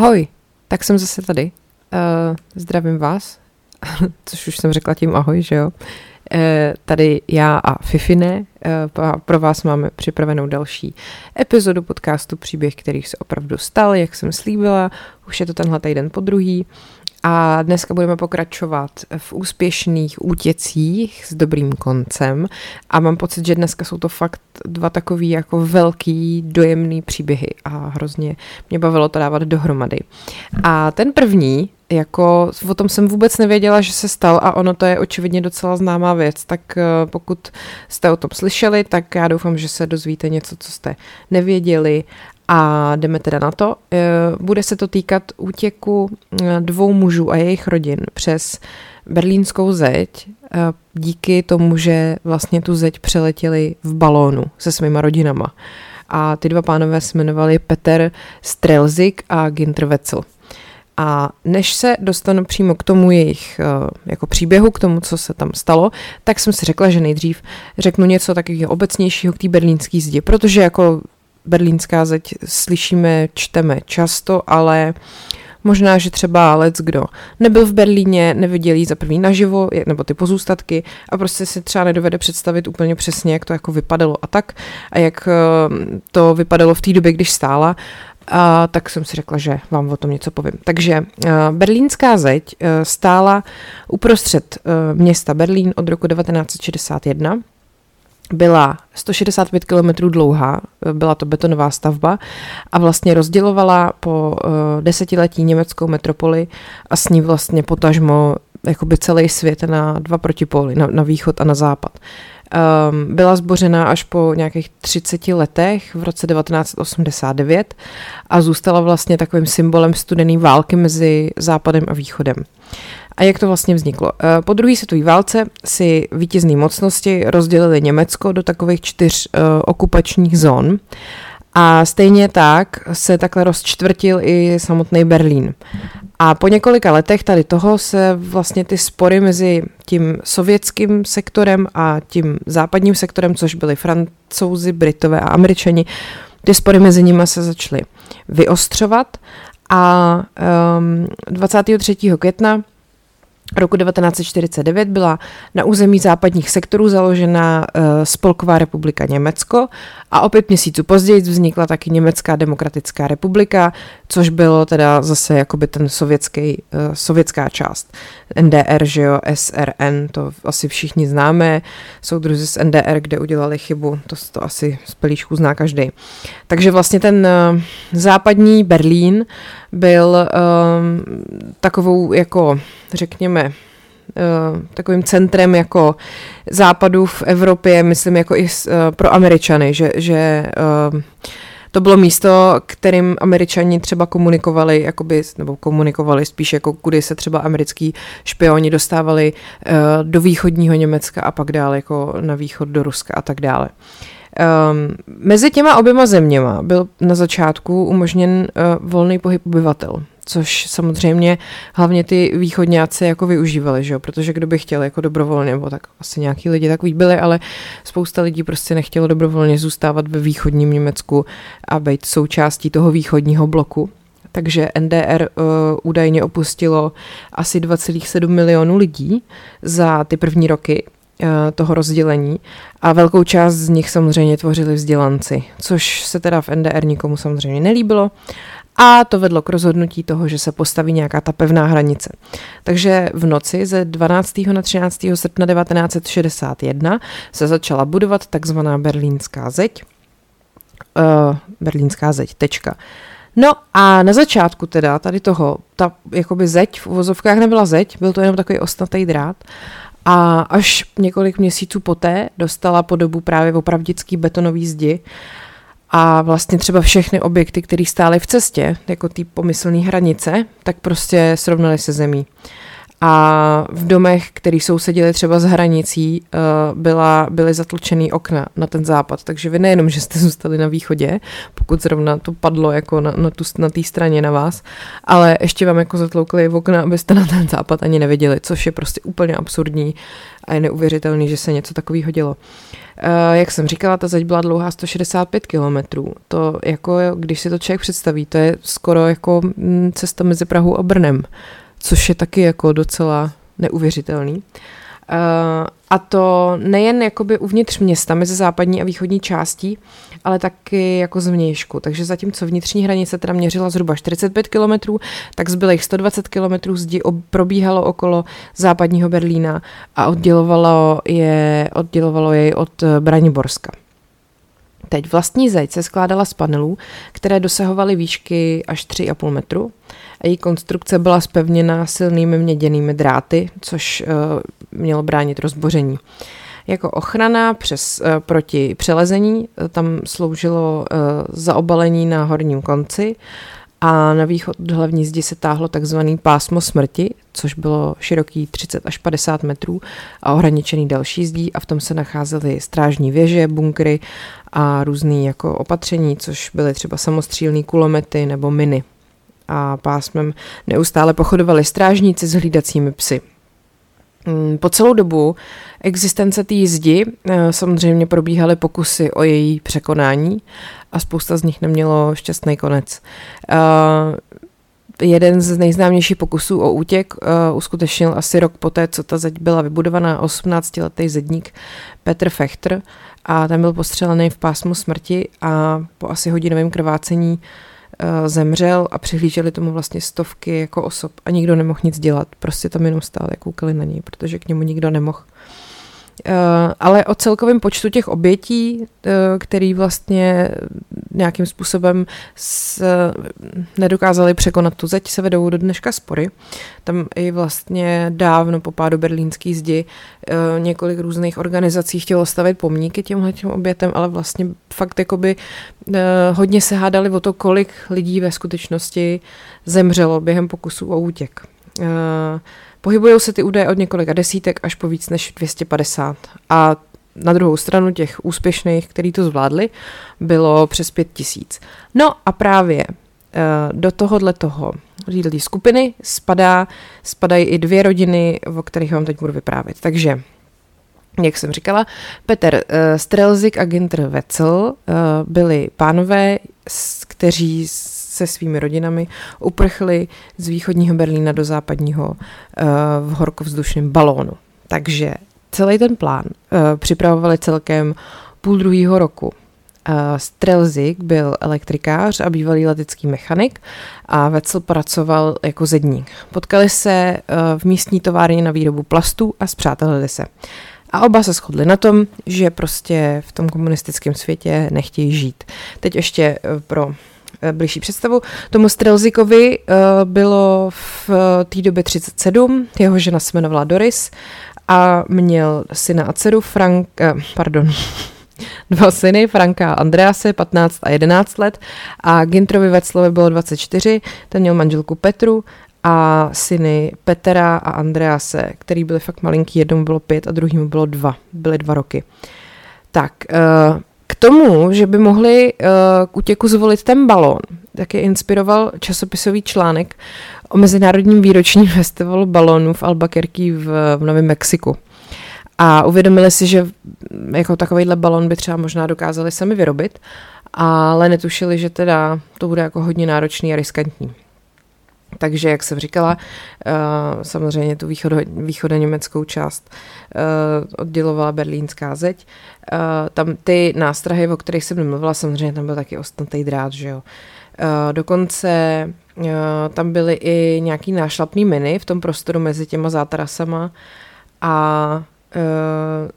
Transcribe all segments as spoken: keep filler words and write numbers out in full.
Ahoj, tak jsem zase tady. Uh, zdravím vás, což už jsem řekla tím ahoj, že jo. Uh, tady já a Fifine. Uh, pro vás máme připravenou další epizodu podcastu Příběh, který se opravdu stal, jak jsem slíbila. Už je to tenhle týden po druhý. A dneska budeme pokračovat v úspěšných útěcích s dobrým koncem a mám pocit, že dneska jsou to fakt dva takový jako velký dojemný příběhy a hrozně mě bavilo to dávat dohromady. A ten první, jako o tom jsem vůbec nevěděla, že se stal a ono to je očividně docela známá věc, tak pokud jste o tom slyšeli, tak já doufám, že se dozvíte něco, co jste nevěděli. A jdeme teda na to. Bude se to týkat útěku dvou mužů a jejich rodin přes berlínskou zeď díky tomu, že vlastně tu zeď přeletěli v balónu se svýma rodinama. A ty dva pánové se jmenovali Peter Strelzik a Günther Wetzel. A než se dostanu přímo k tomu jejich jako příběhu, k tomu, co se tam stalo, tak jsem si řekla, že nejdřív řeknu něco takového obecnějšího k té berlínské zdi, protože jako berlínská zeď slyšíme, čteme často, ale možná, že třeba leckdo nebyl v Berlíně, neviděl jí za první naživo, nebo ty pozůstatky a prostě si třeba nedovede představit úplně přesně, jak to jako vypadalo a tak a jak to vypadalo v té době, když stála. A tak jsem si řekla, že vám o tom něco povím. Takže uh, berlínská zeď uh, stála uprostřed uh, města Berlín od roku devatenáct set šedesát jedna. Byla sto šedesát pět kilometrů dlouhá, byla to betonová stavba a vlastně rozdělovala po uh, desetiletí německou metropoli a s ní vlastně potažmo jakoby celý svět na dva protipóly, na, na východ a na západ. Um, byla zbořena až po nějakých třiceti letech v roce devatenáct set osmdesát devět a zůstala vlastně takovým symbolem studené války mezi západem a východem. A jak to vlastně vzniklo? Po druhé světové válce si vítězné mocnosti rozdělili Německo do takových čtyř uh, okupačních zón a stejně tak se takhle rozčtvrtil i samotný Berlín. A po několika letech tady toho se vlastně ty spory mezi tím sovětským sektorem a tím západním sektorem, což byli Francouzi, Britové a Američani, ty spory mezi nimi se začaly vyostřovat a um, dvacátého třetího května roku devatenáct set čtyřicet devět byla na území západních sektorů založena uh, Spolková republika Německo a o pět měsíců později vznikla taky Německá demokratická republika, což bylo teda zase jakoby ten sovětský, uh, sovětská část. N D R, že jo, S R N, to asi všichni známe, soudruzi z N D R, kde udělali chybu, to, to asi z pelíšku zná každý. Takže vlastně ten uh, západní Berlín byl um, takovou jako, řekněme, uh, takovým centrem jako západu v Evropě, myslím jako i uh, pro Američany, že, že uh, to bylo místo, kterým Američani třeba komunikovali, jakoby, nebo komunikovali spíš jako kudy se třeba americký špioni dostávali uh, do východního Německa a pak dále jako na východ do Ruska a tak dále. Um, mezi těma oběma zeměma byl na začátku umožněn uh, volný pohyb obyvatel, což samozřejmě hlavně ty východňáci jako využívali, že jo? Protože kdo by chtěl jako dobrovolně, nebo tak asi nějaký lidi takový byli, ale spousta lidí prostě nechtělo dobrovolně zůstávat ve východním Německu a být součástí toho východního bloku. Takže N D R uh, údajně opustilo asi dva celá sedm milionů lidí za ty první roky toho rozdělení a velkou část z nich samozřejmě tvořili vzdělanci, což se teda v N D R nikomu samozřejmě nelíbilo a to vedlo k rozhodnutí toho, že se postaví nějaká ta pevná hranice. Takže v noci ze dvanáctého na třináctého srpna devatenáct set šedesát jedna se začala budovat takzvaná berlínská zeď. Uh, berlínská zeď, tečka. No a na začátku teda tady toho, ta jakoby zeď v uvozovkách nebyla zeď, byl to jenom takový ostnatý drát. A až několik měsíců poté dostala podobu právě opravdický betonový zdi a vlastně třeba všechny objekty, které stály v cestě, jako ty pomyslné hranice, tak prostě srovnaly se zemí. a v domech, který sousedili třeba s hranicí, byla, byly zatlučený okna na ten západ, takže vy nejenom, že jste zůstali na východě, pokud zrovna to padlo jako na, na, tu, na té straně na vás, ale ještě vám jako zatloukli v okna, abyste na ten západ ani neviděli, což je prostě úplně absurdní a je neuvěřitelný, že se něco takového dělo. Jak jsem říkala, ta zeď byla dlouhá sto šedesát pět kilometrů. To jako, když si to člověk představí, to je skoro jako cesta mezi Prahou a Brnem, což je taky jako docela neuvěřitelný. A to nejen jakoby uvnitř města, mezi západní a východní částí, ale taky jako zvnějšku. Takže zatímco vnitřní hranice teda měřila zhruba čtyřicet pět kilometrů, tak zbylých sto dvacet kilometrů zdi probíhalo okolo západního Berlína a oddělovalo, je, oddělovalo jej od Braniborska. Teď vlastní zeď se skládala z panelů, které dosahovaly výšky až tři a půl metru a její konstrukce byla zpevněna silnými měděnými dráty, což uh, mělo bránit rozboření. Jako ochrana přes, uh, proti přelezení tam sloužilo uh, zaobalení na horním konci a na východ od hlavní zdi se táhlo takzvaný pásmo smrti, což bylo široký třicet až padesát metrů a ohraničený další zdí a v tom se nacházely strážní věže, bunkry a různý jako opatření, což byly třeba samostřílný kulomety nebo miny. A pásmem neustále pochodovali strážníci s hlídacími psy. Po celou dobu existence té zdi samozřejmě probíhaly pokusy o její překonání a spousta z nich nemělo šťastný konec. Jeden z nejznámějších pokusů o útěk uh, uskutečnil asi rok poté, co ta zeď byla vybudovaná, osmnáctiletý zedník Petr Fechter a ten byl postřelený v pásmu smrti a po asi hodinovém krvácení uh, zemřel a přihlíželi tomu vlastně stovky jako osob a nikdo nemohl nic dělat, prostě tam jenom stále koukali na něj, protože k němu nikdo nemohl. Uh, ale o celkovém počtu těch obětí, uh, který vlastně nějakým způsobem s, uh, nedokázali překonat tu zeď, se vedou do dneška spory. Tam i vlastně dávno po pádu berlínský zdi uh, několik různých organizací chtělo stavit pomníky těmhle těm obětem, ale vlastně fakt jakoby uh, hodně se hádali o to, kolik lidí ve skutečnosti zemřelo během pokusů o útěk. Uh, Pohybují se ty údaje od několika desítek až po víc než dvě stě padesát. A na druhou stranu těch úspěšných, který to zvládli, bylo přes pět tisíc. No a právě do tohohle toho této skupiny spadá, spadají i dvě rodiny, o kterých vám teď budu vyprávět. Takže, jak jsem říkala, Petr Strelzik a Günther Wetzel byli pánové, kteří se svými rodinami uprchli z východního Berlína do západního uh, v horkovzdušném balónu. Takže celý ten plán uh, připravovali celkem půl druhýho roku. Uh, Strelzik byl elektrikář a bývalý letecký mechanik a Wetzel pracoval jako zedník. Potkali se uh, v místní továrně na výrobu plastů a spřátelili se. A oba se shodli na tom, že prostě v tom komunistickém světě nechtějí žít. Teď ještě uh, pro bližší představu. Tomu Strelzikovi uh, bylo v té době třicet sedm, jeho žena se jmenovala Doris a měl syna a dceru Frank, uh, pardon, dva syny, Franka a Andrease, patnáct a jedenáct let a Güntherovi Wetzlovi bylo dvacet čtyři, ten měl manželku Petru a syny Petra a Andrease, který byli fakt malinký, jednomu bylo pět a druhýmu bylo dva, byly dva roky. Tak, uh, k tomu, že by mohli uh, k útěku zvolit ten balón, tak je inspiroval časopisový článek o mezinárodním výročním festivalu balónů v Albuquerque v, v Novém Mexiku. A uvědomili si, že jako takovýhle balón by třeba možná dokázali sami vyrobit, ale netušili, že teda to bude jako hodně náročný a riskantní. Takže, jak jsem říkala, uh, samozřejmě tu východo, východoněmeckou část uh, oddělovala berlínská zeď. Uh, tam ty nástrahy, o kterých jsem mluvila, samozřejmě tam byl taky ostnatý drát, že jo. Uh, dokonce uh, tam byly i nějaký nášlapný miny v tom prostoru mezi těma zátarasama a uh,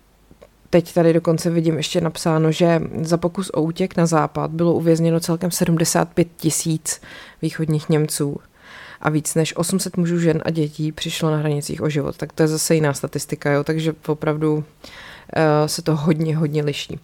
teď tady dokonce vidím ještě napsáno, že za pokus o útěk na západ bylo uvězněno celkem sedmdesát pět tisíc východních Němců a víc než osm set mužů, žen a dětí přišlo na hranicích o život. Tak to je zase jiná statistika, jo? Takže opravdu uh, se to hodně, hodně liší.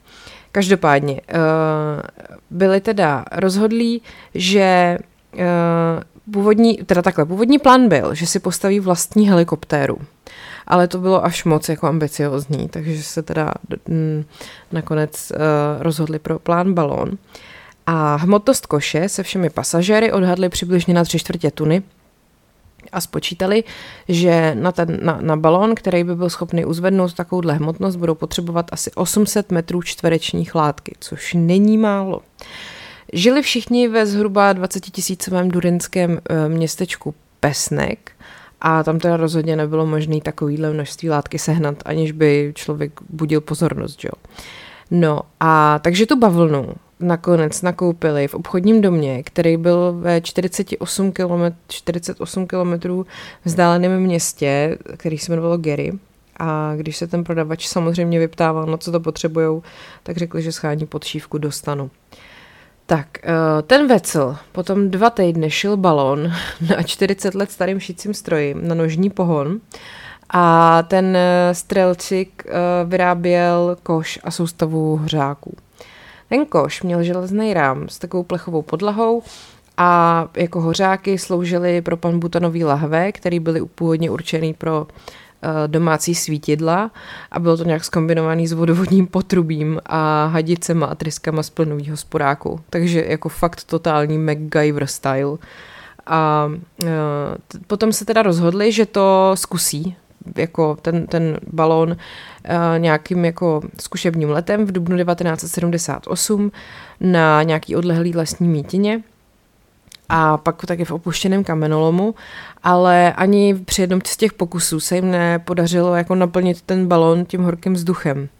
Každopádně uh, byli teda rozhodlí, že uh, původní, teda takhle, původní plán byl, že si postaví vlastní helikoptéru. Ale to bylo až moc jako ambiciozní, takže se teda m, nakonec uh, rozhodli pro plán balón. A hmotnost koše se všemi pasažéry odhadli přibližně na tři čtvrtě tuny a spočítali, že na, ten, na, na balón, který by byl schopný uzvednout takovouhle hmotnost, budou potřebovat asi osm set metrů čtverečních látky, což není málo. Žili všichni ve zhruba dvacetitisícovém durinském e, městečku Pesnek a tam teda rozhodně nebylo možné takovýhle množství látky sehnat, aniž by člověk budil pozornost, jo. No a takže tu bavlnu nakonec nakoupili v obchodním domě, který byl ve čtyřicet osm kilometrů vzdáleném městě, který se jmenovalo Gary. A když se ten prodavač samozřejmě vyptával, na co to potřebujou, tak řekli, že schání podšívku dostanu. Tak, ten Wetzel potom dva týdny šil balón na čtyřicet let starým šicím stroji na nožní pohon a ten Strelčík vyráběl koš a soustavu hořáků. Ten koš měl železný rám s takovou plechovou podlahou a jako hořáky sloužily pro panbutanové lahve, které byly původně určený pro domácí svítidla a bylo to nějak zkombinovaný s vodovodním potrubím a hadicema a tryskama z plynového sporáku. Takže jako fakt totální MacGyver style. A t- potom se teda rozhodli, že to zkusí, jako ten, ten balón nějakým jako zkušebním letem v dubnu devatenáct set sedmdesát osm na nějaký odlehlý lesní mítině a pak taky v opuštěném kamenolomu, ale ani při jednom z těch pokusů se jim nepodařilo jako naplnit ten balón tím horkým vzduchem.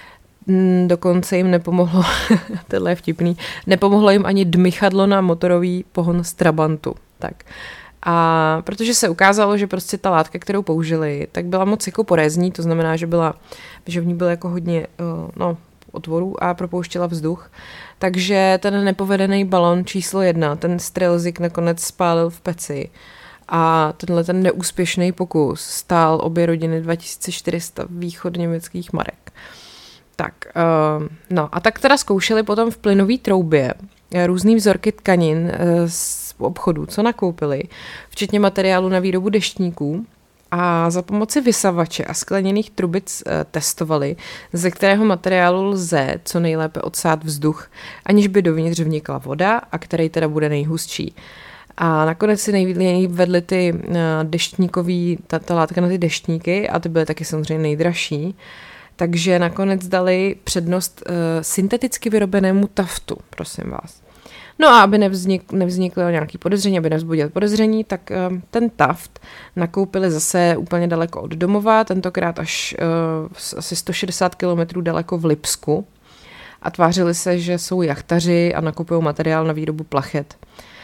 Dokonce jim nepomohlo, tohle je vtipný, nepomohlo jim ani dmychadlo na motorový pohon z Trabantu. Tak. A protože se ukázalo, že prostě ta látka, kterou použili, tak byla moc jako porézní, to znamená, že byla, že v ní bylo jako hodně no, otvorů a propouštěla vzduch. Takže ten nepovedený balon číslo jedna, ten Strelzik nakonec spálil v peci. A tenhle ten neúspěšný pokus stál obě rodiny dva tisíce čtyři sta východněmeckých marek. Tak, uh, no a tak teda zkoušeli potom v plynové troubě různý vzorky tkanin z obchodů, co nakoupili, včetně materiálu na výrobu deštníků a za pomoci vysavače a skleněných trubic testovali, ze kterého materiálu lze co nejlépe odsát vzduch, aniž by dovnitř vnikla voda a který teda bude nejhustší. A nakonec si nejvíc vedli ty deštníkový, ta, ta látka na ty deštníky a ty byly taky samozřejmě nejdražší. Takže nakonec dali přednost uh, synteticky vyrobenému taftu, prosím vás. No a aby nevznik, nevzniklo nějaké podezření, aby nevzbudil podezření, tak uh, ten taft nakoupili zase úplně daleko od domova, tentokrát až uh, asi sto šedesát kilometrů daleko v Lipsku a tvářili se, že jsou jachtaři a nakupují materiál na výrobu plachet.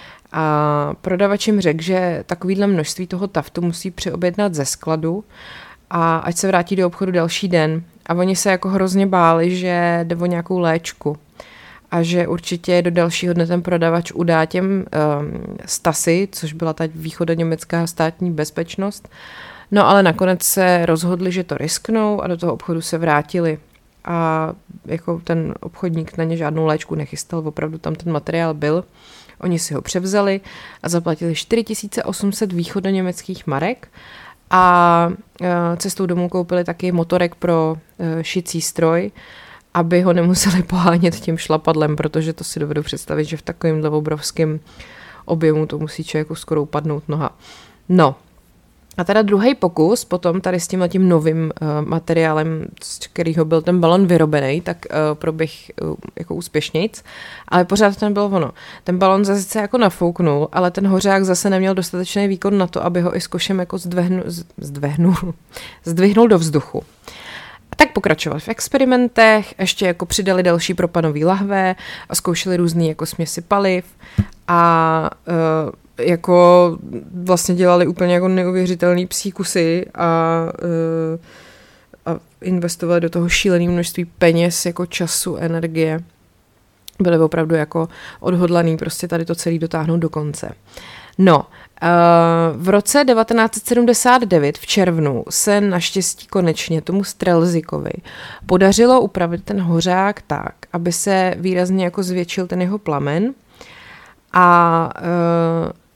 A prodavač jim řekl, že takovýhle množství toho taftu musí přiobjednat ze skladu a ať se vrátí do obchodu další den. A oni se jako hrozně báli, že jde o nějakou léčku a že určitě do dalšího dne ten prodavač udá těm um, Stasi, což byla ta východoněmecká státní bezpečnost. No ale nakonec se rozhodli, že to risknou a do toho obchodu se vrátili. A jako ten obchodník na ně žádnou léčku nechystal, opravdu tam ten materiál byl. Oni si ho převzali a zaplatili čtyři tisíce osm set východoněmeckých marek a cestou domů koupili taky motorek pro šicí stroj, aby ho nemuseli pohánět tím šlapadlem, protože to si dovedu představit, že v takovémhle obrovském objemu to musí člověku skoro upadnout noha. No, a teda druhý pokus, potom tady s tímhletím novým uh, materiálem, z kterého byl ten balon vyrobený, tak uh, proběh uh, jako úspěšnějc, ale pořád ten byl ono. Ten balon zase se jako nafouknul, ale ten hořák zase neměl dostatečný výkon na to, aby ho i s košem jako zdvehnu, zdvehnul, zdvihnul do vzduchu. A tak pokračovali v experimentech, ještě jako přidali další propanový lahve a zkoušeli různý jako směsi paliv a uh, jako vlastně dělali úplně jako neuvěřitelný psí kusy a, a investovali do toho šílené množství peněz, jako času, energie. Byli opravdu jako odhodlaný prostě tady to celé dotáhnout do konce. No, v roce devatenáct set sedmdesát devět v červnu se naštěstí konečně tomu Strelzikovi podařilo upravit ten hořák tak, aby se výrazně jako zvětšil ten jeho plamen a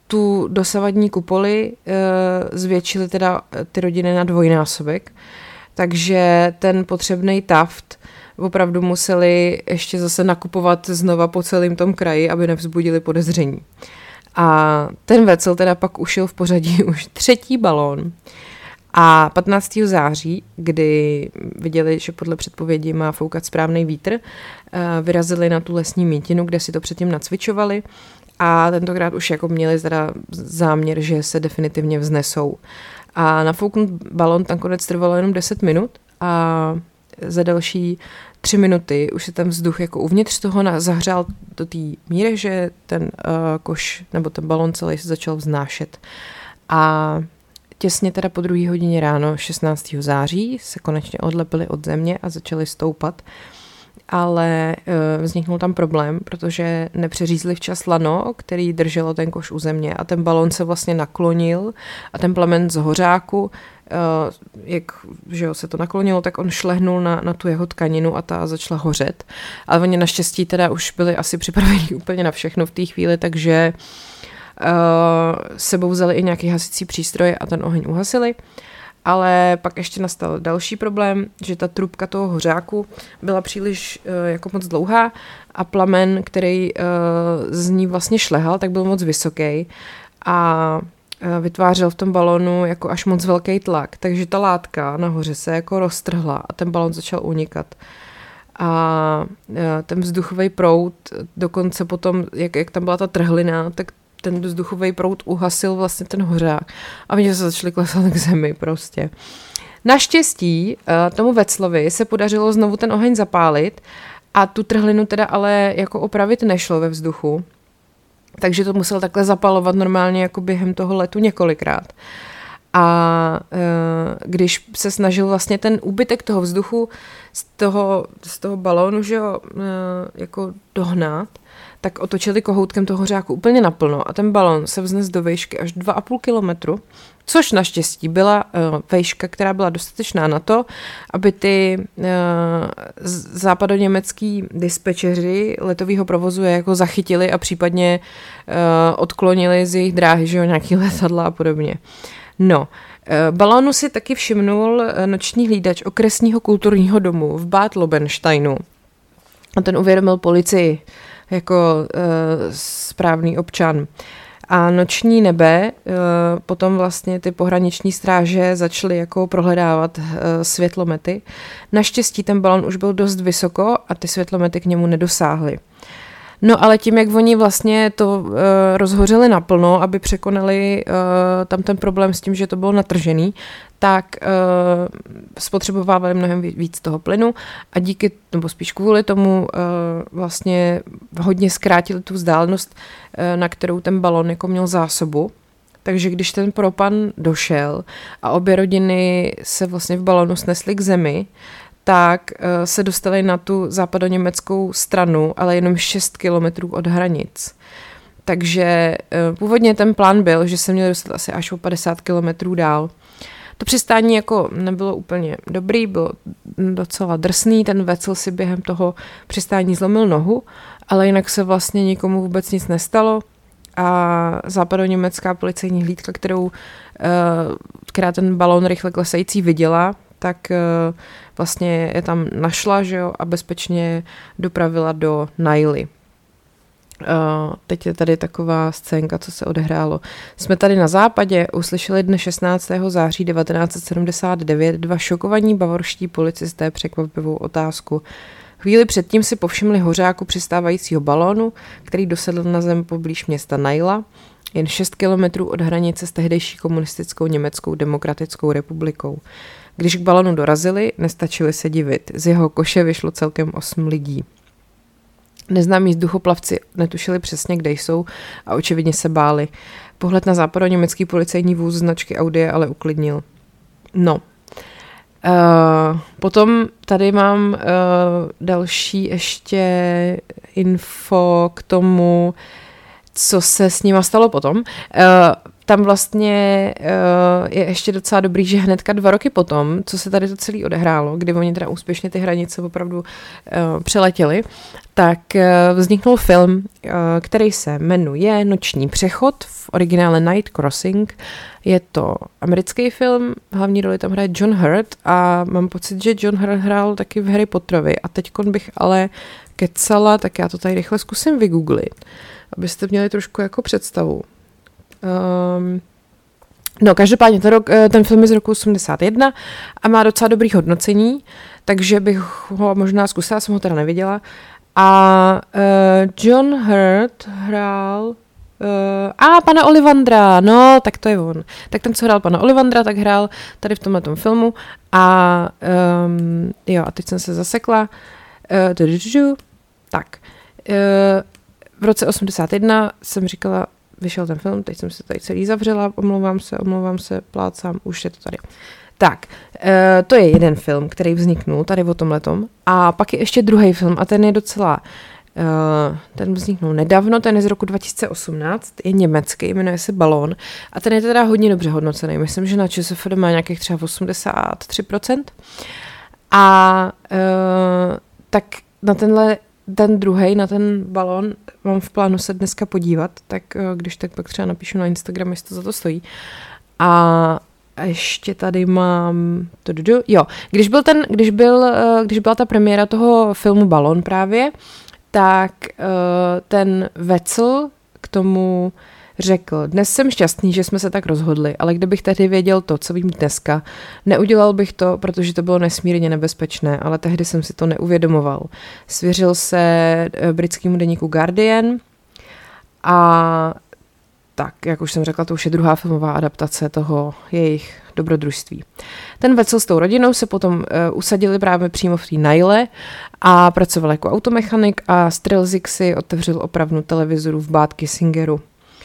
tu dosavadní kupoli uh, zvětšili teda ty rodiny na dvojnásobek, takže ten potřebný taft opravdu museli ještě zase nakupovat znova po celém tom kraji, aby nevzbudili podezření. A ten Wetzel teda pak ušil v pořadí už třetí balón. A patnáctého září, kdy viděli, že podle předpovědi má foukat správný vítr, vyrazili na tu lesní mítinu, kde si to předtím nacvičovali a tentokrát už jako měli teda záměr, že se definitivně vznesou. A nafouknut balón nakonec trvalo jenom deset minut a za další tři minuty už se ten vzduch jako uvnitř toho zahřál do té míry, že ten uh, koš nebo ten balón celý se začal vznášet. A těsně teda po druhé hodině ráno šestnáctého září se konečně odlepili od země a začali stoupat. Ale uh, vzniknul tam problém, protože nepřeřízli včas lano, který drželo ten koš u země a ten balón se vlastně naklonil a ten plamen z hořáku, uh, jak že jo, se to naklonilo, tak on šlehnul na, na tu jeho tkaninu a ta začala hořet. Ale oni naštěstí teda už byli asi připraveni úplně na všechno v té chvíli, takže uh, sebou vzali i nějaký hasicí přístroj a ten oheň uhasili. Ale pak ještě nastal další problém, že ta trubka toho hořáku byla příliš uh, jako moc dlouhá a plamen, který uh, z ní vlastně šlehal, tak byl moc vysoký a uh, vytvářel v tom balónu jako až moc velký tlak, takže ta látka nahoře se jako roztrhla a ten balón začal unikat. A uh, ten vzduchový proud dokonce potom, jak, jak tam byla ta trhlina, tak ten vzduchový proud uhasil vlastně ten hořák a oni se začali klesat k zemi prostě. Naštěstí tomu Wetzlovi se podařilo znovu ten oheň zapálit a tu trhlinu teda ale jako opravit nešlo ve vzduchu, takže to musel takhle zapalovat normálně jako během toho letu několikrát. A když se snažil vlastně ten úbytek toho vzduchu z toho, z toho balónu, že jo, jako dohnat, tak otočili kohoutkem toho hořáku úplně naplno a ten balón se vznes do výšky až dva a půl kilometru, což naštěstí byla uh, výška, která byla dostatečná na to, aby ty uh, západoněmecký dispečeři letového provozu je jako zachytili a případně uh, odklonili z jejich dráhy, že jo, nějaký letadla a podobně. No, uh, balónu si taky všimnul noční hlídač okresního kulturního domu v Bad Lobensteinu a ten uvědomil policii jako uh, správný občan. A noční nebe, uh, potom vlastně ty pohraniční stráže začaly jako prohledávat uh, světlomety. Naštěstí ten balon už byl dost vysoko a ty světlomety k němu nedosáhly. No ale tím, jak oni vlastně to uh, rozhořeli naplno, aby překonali uh, tam ten problém s tím, že to bylo natržený, tak uh, spotřebovávali mnohem víc toho plynu a díky, nebo spíš kvůli tomu uh, vlastně hodně zkrátili tu vzdálenost, uh, na kterou ten balon jako měl zásobu. Takže když ten propan došel a obě rodiny se vlastně v balonu snesly k zemi, tak uh, se dostali na tu západoněmeckou stranu, ale jenom šest kilometrů od hranic. Takže uh, původně ten plán byl, že se měli dostat asi až o padesát kilometrů dál. To přistání jako nebylo úplně dobrý, bylo docela drsný, ten Wetzel si během toho přistání zlomil nohu, ale jinak se vlastně nikomu vůbec nic nestalo a západoněmecká policejní hlídka, kterou, která ten balón rychle klesající viděla, tak vlastně je tam našla, že jo, a bezpečně dopravila do Naily. Uh, teď je tady taková scénka, co se odehrálo. Jsme tady na západě uslyšeli dne šestnáctého září devatenáct set sedmdesát devět dva šokovaní bavorští policisté překvapivou otázku. Chvíli předtím si povšimli hořáku přistávajícího balónu, který dosedl na zem poblíž města Naila, jen šest kilometrů od hranice s tehdejší komunistickou Německou demokratickou republikou. Když k balonu dorazili, nestačili se divit. Z jeho koše vyšlo celkem osm lidí. Neznámí vzduchoplavci netušili přesně, kde jsou a očividně se báli. Pohled na západoněmecký policejní vůz značky Audi ale uklidnil. No. Uh, potom tady mám uh, další ještě info k tomu, co se s nima stalo potom. Uh, tam vlastně uh, je ještě docela dobrý, že hnedka dva roky potom, co se tady to celé odehrálo, kdy oni teda úspěšně ty hranice opravdu uh, přeletěli, tak uh, vzniknul film, uh, který se jmenuje Noční přechod, v originále Night Crossing. Je to americký film, hlavní roli tam hraje John Hurt a mám pocit, že John Hurt hrál taky v Harry Potterovi a teďkon bych ale kecala, tak já to tady rychle zkusím vygooglit, abyste měli trošku jako představu. Um, no, každopádně ten, rok, ten film je z roku osmdesát jedna a má docela dobrý hodnocení, takže bych ho možná zkusila, jsem ho teda neviděla. A uh, John Hurt hrál uh, a pana Ollivandera, no, tak to je on. Tak ten, co hrál pana Ollivandera, tak hrál tady v tomhletom filmu a um, jo, a teď jsem se zasekla. Uh, tak, uh, v roce osmdesát jedna jsem říkala, vyšel ten film, teď jsem se tady celý zavřela, omlouvám se, omlouvám se, plácám, už je to tady. Tak, e, to je jeden film, který vzniknul tady o tomhletom a pak je ještě druhý film a ten je docela, e, ten vzniknul nedávno, ten je z roku dva tisíce osmnáct, je německý, jmenuje se Balón a ten je teda hodně dobře hodnocený, myslím, že na ČSFD má nějakých třeba osmdesát tři procent a e, tak na tenhle ten druhej, na ten balón mám v plánu se dneska podívat, tak když tak pak třeba napíšu na Instagram, jestli to za to stojí. A ještě tady mám... Jo, když byl ten, když byl, když byla ta premiéra toho filmu Balón právě, tak ten Wetzel k tomu řekl, dnes jsem šťastný, že jsme se tak rozhodli, ale kdybych tehdy věděl to, co vím dneska, neudělal bych to, protože to bylo nesmírně nebezpečné, ale tehdy jsem si to neuvědomoval. Svěřil se britskému deníku Guardian a tak, jak už jsem řekla, to už je druhá filmová adaptace toho jejich dobrodružství. Ten Wetzel s tou rodinou se potom uh, usadili právě přímo v té Nile a pracoval jako automechanik a Strelzig si otevřel opravnu televizoru v Bad Kissingeru.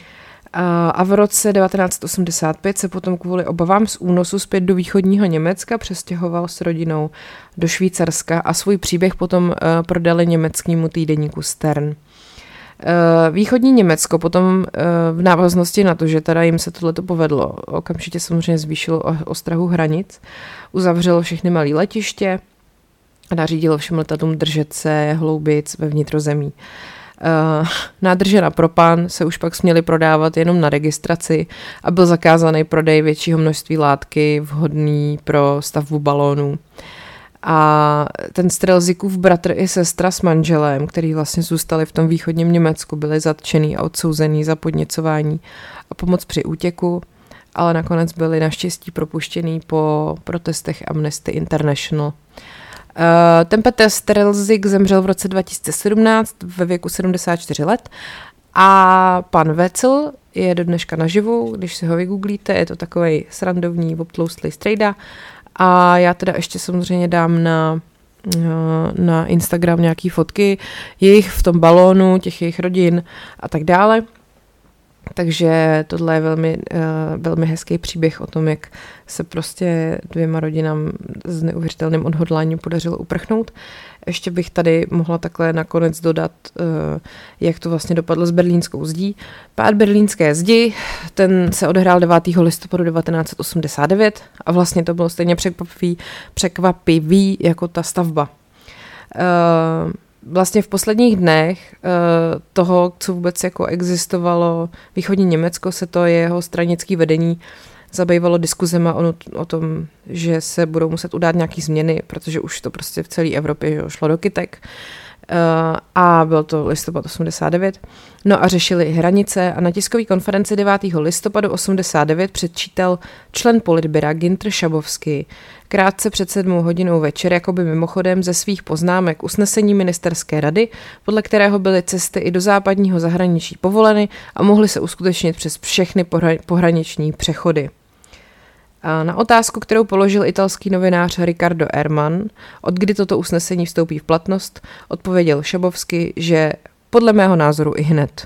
A v roce devatenáct osmdesát pět se potom kvůli obavám z únosu zpět do východního Německa přestěhoval s rodinou do Švýcarska a svůj příběh potom prodali německému týdeníku Stern. Východní Německo potom v návaznosti na to, že teda jim se tohleto povedlo, okamžitě samozřejmě zvýšilo ostrahu hranic, uzavřelo všechny malé letiště a nařídilo všem letadlům držet se hloubic ve vnitrozemí. Uh, nádrže na propan se už pak směly prodávat jenom na registraci a byl zakázaný prodej většího množství látky vhodný pro stavbu balónů. A ten Strelzigův bratr i sestra s manželem, který vlastně zůstali v tom východním Německu, byli zatčený a odsouzený za podněcování a pomoc při útěku, ale nakonec byli naštěstí propuštěný po protestech Amnesty International. Uh, ten Petr Strelzig zemřel v roce dva tisíce sedmnáct ve věku sedmdesát čtyři let a pan Wetzel je do dneška naživu, když si ho vygooglíte, je to takovej srandovní, obtloustlý strejda a já teda ještě samozřejmě dám na, na Instagram nějaký fotky jejich v tom balónu, těch jejich rodin a tak dále. Takže tohle je velmi, uh, velmi hezký příběh o tom, jak se prostě dvěma rodinám s neuvěřitelným odhodláním podařilo uprchnout. Ještě bych tady mohla takhle nakonec dodat, uh, jak to vlastně dopadlo s berlínskou zdí. Pád berlínské zdi, ten se odehrál devátého listopadu devatenáct osmdesát devět a vlastně to bylo stejně překvapivý, překvapivý jako ta stavba. Uh, Vlastně v posledních dnech uh, toho, co vůbec jako existovalo východní Německo, se to jeho stranické vedení zabývalo diskuzema o, o tom, že se budou muset udát nějaký změny, protože už to prostě v celé Evropě že, šlo do kytek. Uh, a byl to listopad osmdesát devět. No a řešili hranice a na tiskové konferenci devátého listopadu osmdesát devět předčítal člen politbyra Günther Schabowski krátce před sedmou hodinou večer, jakoby mimochodem ze svých poznámek usnesení ministerské rady, podle kterého byly cesty i do západního zahraničí povoleny a mohly se uskutečnit přes všechny pohraniční přechody. A na otázku, kterou položil italský novinář Riccardo Erman, od kdy toto usnesení vstoupí v platnost, odpověděl Schabowski, že podle mého názoru i hned.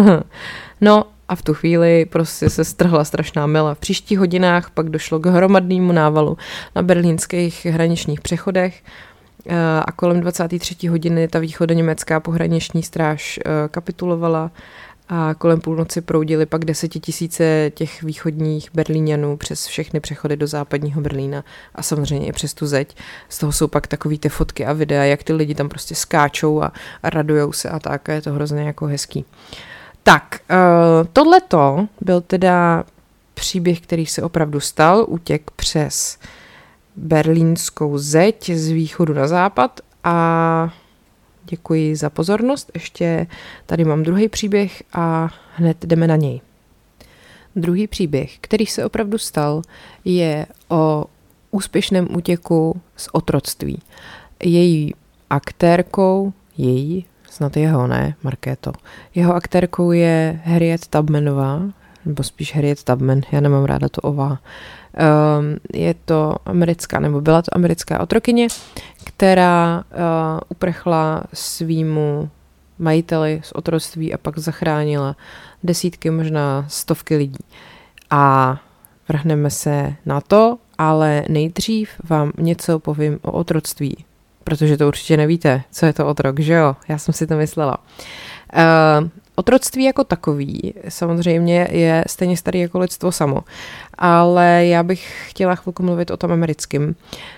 No a v tu chvíli prostě se strhla strašná mela. V příštích hodinách pak došlo k hromadnému návalu na berlínských hraničních přechodech a kolem dvacáté třetí hodiny ta východoněmecká pohraniční stráž kapitulovala a kolem půlnoci proudili pak desetitisíce těch východních Berlíňanů přes všechny přechody do západního Berlína a samozřejmě i přes tu zeď. Z toho jsou pak takový ty fotky a videa, jak ty lidi tam prostě skáčou a, a radujou se a tak, a je to hrozně jako hezký. Tak, uh, tohleto byl teda příběh, který se opravdu stal, útěk přes berlínskou zeď z východu na západ a děkuji za pozornost. Ještě tady mám druhý příběh a hned jdeme na něj. Druhý příběh, který se opravdu stal, je o úspěšném útěku z otroctví. Její aktérkou, její, snad jeho, ne, Markéto. Jeho aktérkou je Harriet Tubmanová, nebo spíš Harriet Tubman, já nemám ráda to ová. Um, je to americká, nebo byla to americká otrokyně, která uh, uprchla svýmu majiteli z otroctví a pak zachránila desítky, možná stovky lidí. A vrhneme se na to, ale nejdřív vám něco povím o otroctví, protože to určitě nevíte, co je to otrok, že jo? Já jsem si to myslela. Uh, Otroctví jako takový samozřejmě je stejně starý jako lidstvo samo, ale já bych chtěla chvilku mluvit o tom americkém.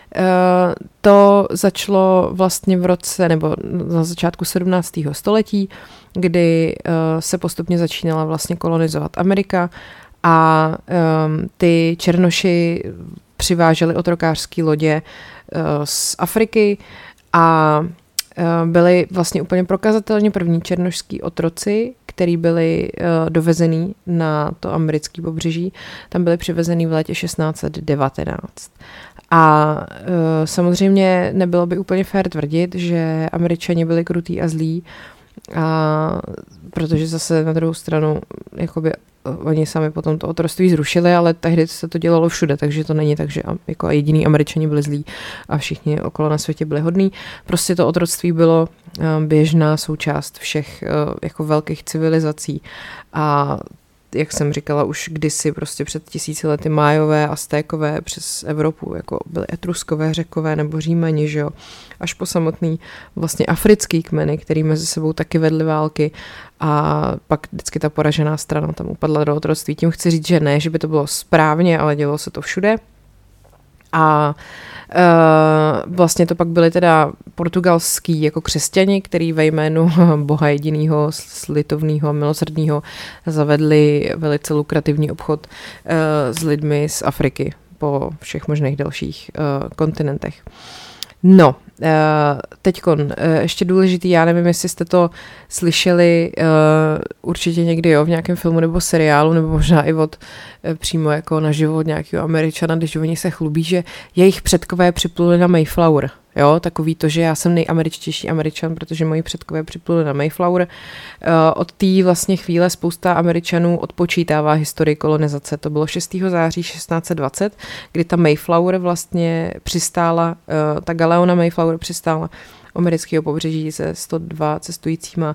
To začalo vlastně v roce, nebo na začátku sedmnáctého století, kdy se postupně začínala vlastně kolonizovat Amerika a ty černoši přiváželi otrokářské lodě z Afriky a byli vlastně úplně prokazatelně první černošský otroci, který byli uh, dovezený na to americké pobřeží. Tam byli přivezený v létě šestnáct devatenáct. A uh, samozřejmě nebylo by úplně fér tvrdit, že Američani byli krutý a zlí, a protože zase na druhou stranu jakoby oni sami potom to otroctví zrušili, ale tehdy se to dělalo všude, takže to není tak, že jako jediný Američani byli zlí a všichni okolo na světě byli hodní. Prostě to otroctví bylo běžná součást všech jako velkých civilizací a jak jsem říkala, už kdysi prostě před tisíci lety Májové, Aztékové přes Evropu, jako byly Etruskové, Řekové nebo Římani, že jo, až po samotný vlastně africký kmeny, který mezi sebou taky vedly války a pak vždycky ta poražená strana tam upadla do otroctví. Tím chci říct, že ne, že by to bylo správně, ale dělo se to všude. A Uh, vlastně to pak byli teda portugalský jako křesťani, který ve jménu Boha jedinýho, slitovného a milosrdného zavedli velice lukrativní obchod uh, s lidmi z Afriky po všech možných dalších uh, kontinentech. No, uh, teďkon, uh, ještě důležitý, já nevím, jestli jste to slyšeli uh, určitě někdy, jo, v nějakém filmu nebo seriálu, nebo možná i od uh, přímo jako naživo od nějakého Američana, když oni se chlubí, že jejich předkové připluli na Mayflower, jo, takový to, že já jsem nejameričtější Američan, protože moji předkové připluli na Mayflower. Uh, od té vlastně chvíle spousta Američanů odpočítává historii kolonizace. To bylo šestého září šestnáct dvacet, kdy ta Mayflower vlastně přistála, uh, ta Galeona Mayflower přistála amerického pobřeží se sto dva cestujícíma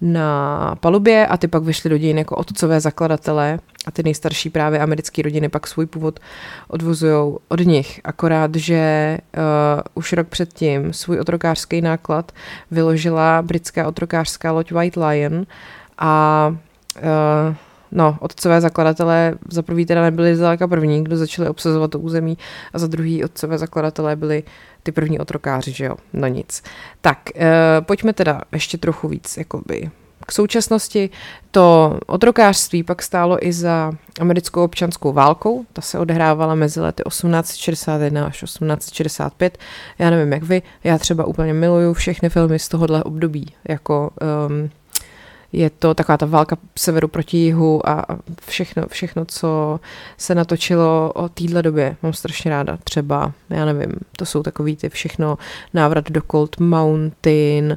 na palubě a ty pak vyšly do dějin jako otcové zakladatelé a ty nejstarší právě americké rodiny pak svůj původ odvozujou od nich. Akorát, že uh, už rok předtím svůj otrokářský náklad vyložila britská otrokářská loď White Lion a uh, no, otcové zakladatelé za prvý teda nebyli zdaleka první, kdo začali obsazovat to území a za druhý otcové zakladatelé byli ty první otrokáři, že jo, no nic. Tak, e, pojďme teda ještě trochu víc, jakoby k současnosti. To otrokářství pak stálo i za americkou občanskou válkou, ta se odehrávala mezi lety osmnáct šedesát jedna až osmnáct šedesát pět, já nevím jak vy, já třeba úplně miluju všechny filmy z tohohle období, jako... Um, je to taková ta válka severu proti jihu a všechno, všechno, co se natočilo o téhle době. Mám strašně ráda. Třeba, já nevím, to jsou takový ty všechno návrat do Cold Mountain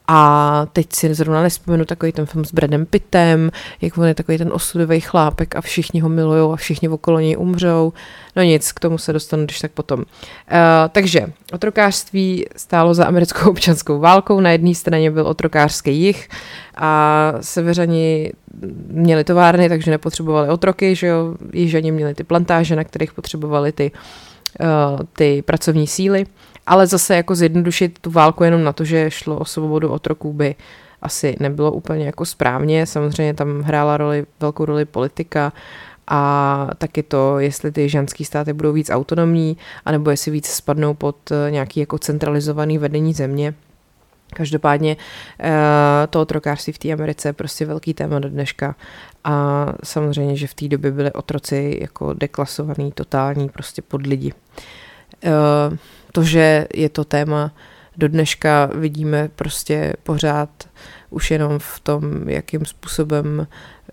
a teď si zrovna nespomenu takový ten film s Bradem Pittem, jak on je takový ten osudový chlápek a všichni ho milujou a všichni okolo něj umřou. No nic, k tomu se dostanu když tak potom. Uh, takže otrokářství stálo za americkou občanskou válkou. Na jedné straně byl otrokářský jih a severani měli továrny, takže nepotřebovali otroky, že jo. Jižani měli ty plantáže, na kterých potřebovali ty, uh, ty pracovní síly. Ale zase jako zjednodušit tu válku jenom na to, že šlo o svobodu otroků by asi nebylo úplně jako správně. Samozřejmě tam hrála roli, velkou roli politika a taky to, jestli ty ženský státy budou víc autonomní, anebo jestli víc spadnou pod nějaký jako centralizovaný vedení země. Každopádně to otrokářství v té Americe je prostě velký téma do dneška a samozřejmě, že v té době byli otroci jako deklasovaný, totální, prostě pod lidi. To, že je to téma do dneška, vidíme prostě pořád už jenom v tom, jakým způsobem